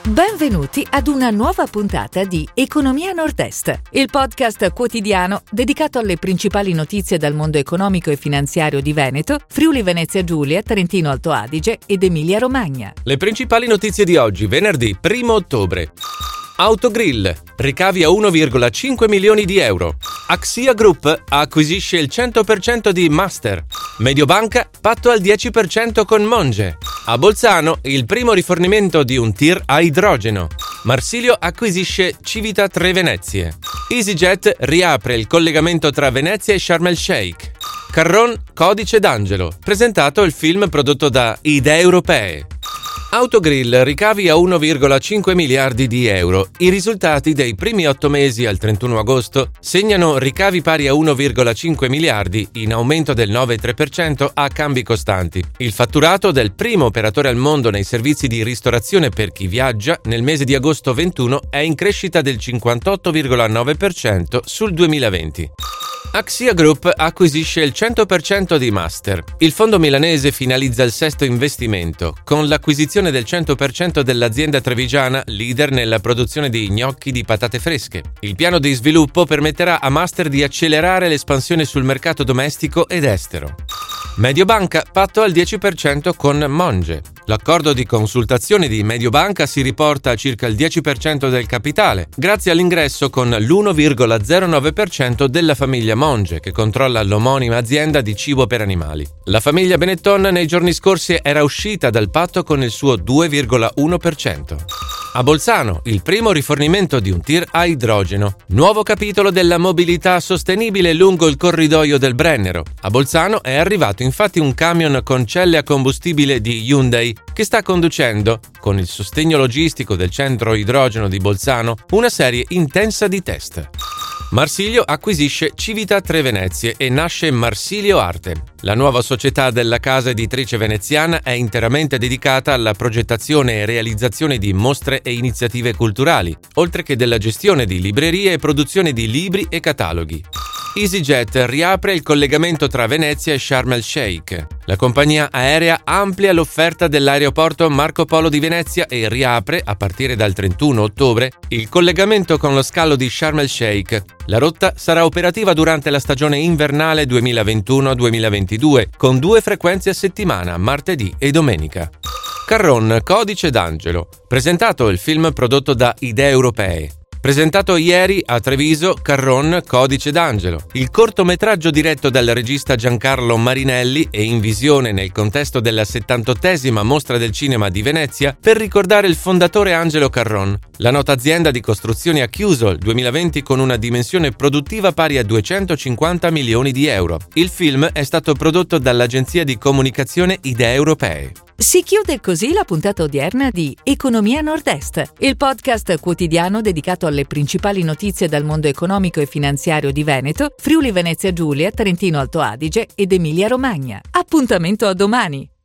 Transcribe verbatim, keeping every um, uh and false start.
Benvenuti ad una nuova puntata di Economia Nord-Est, il podcast quotidiano dedicato alle principali notizie dal mondo economico e finanziario di Veneto, Friuli Venezia Giulia, Trentino Alto Adige ed Emilia Romagna. Le principali notizie di oggi, venerdì primo ottobre. Autogrill, ricavi a uno virgola cinque milioni di euro. Axia Group acquisisce il cento per cento di Master. Mediobanca, patto al dieci per cento con Monge. A Bolzano, il primo rifornimento di un tir a idrogeno. Marsilio acquisisce Civita Tre Venezie. EasyJet riapre il collegamento tra Venezia e Sharm el Sheikh. Carron, Codice d'Angelo. Presentato il film prodotto da Idee Europee. Autogrill, ricavi a uno virgola cinque miliardi di euro. I risultati dei primi otto mesi al trentuno agosto segnano ricavi pari a uno virgola cinque miliardi, in aumento del nove virgola tre per cento a cambi costanti. Il fatturato del primo operatore al mondo nei servizi di ristorazione per chi viaggia nel mese di agosto ventuno è in crescita del cinquantotto virgola nove per cento sul duemilaventi. Axia Group acquisisce il cento per cento di Master. Il fondo milanese finalizza il sesto investimento con l'acquisizione del cento per cento dell'azienda trevigiana, leader nella produzione di gnocchi di patate fresche. Il piano di sviluppo permetterà a Master di accelerare l'espansione sul mercato domestico ed estero. Mediobanca, patto al dieci per cento con Monge. L'accordo di consultazione di Mediobanca si riporta a circa il dieci per cento del capitale, grazie all'ingresso con l'uno virgola zero nove per cento della famiglia Monge, che controlla l'omonima azienda di cibo per animali. La famiglia Benetton nei giorni scorsi era uscita dal patto con il suo due virgola uno per cento. A Bolzano, il primo rifornimento di un tir a idrogeno. Nuovo capitolo della mobilità sostenibile lungo il corridoio del Brennero. A Bolzano è arrivato infatti un camion con celle a combustibile di Hyundai che sta conducendo, con il sostegno logistico del centro idrogeno di Bolzano, una serie intensa di test. Marsilio acquisisce Civita Tre Venezie e nasce Marsilio Arte. La nuova società della casa editrice veneziana è interamente dedicata alla progettazione e realizzazione di mostre e iniziative culturali, oltre che della gestione di librerie e produzione di libri e cataloghi. EasyJet riapre il collegamento tra Venezia e Sharm el Sheikh. La compagnia aerea amplia l'offerta dell'aeroporto Marco Polo di Venezia e riapre, a partire dal trentuno ottobre, il collegamento con lo scalo di Sharm el Sheikh. La rotta sarà operativa durante la stagione invernale duemilaventuno duemilaventidue, con due frequenze a settimana, martedì e domenica. Carron, Codice d'Angelo. Presentato il film prodotto da Idee Europee. Presentato ieri a Treviso, Carron, Codice d'Angelo, il cortometraggio diretto dal regista Giancarlo Marinelli e in visione nel contesto della settantottesima Mostra del Cinema di Venezia per ricordare il fondatore Angelo Carron. La nota azienda di costruzioni ha chiuso il duemilaventi con una dimensione produttiva pari a duecentocinquanta milioni di euro. Il film è stato prodotto dall'agenzia di comunicazione Idee Europee. Si chiude così la puntata odierna di Economia Nord-Est, il podcast quotidiano dedicato alle principali notizie dal mondo economico e finanziario di Veneto, Friuli Venezia Giulia, Trentino Alto Adige ed Emilia Romagna. Appuntamento a domani!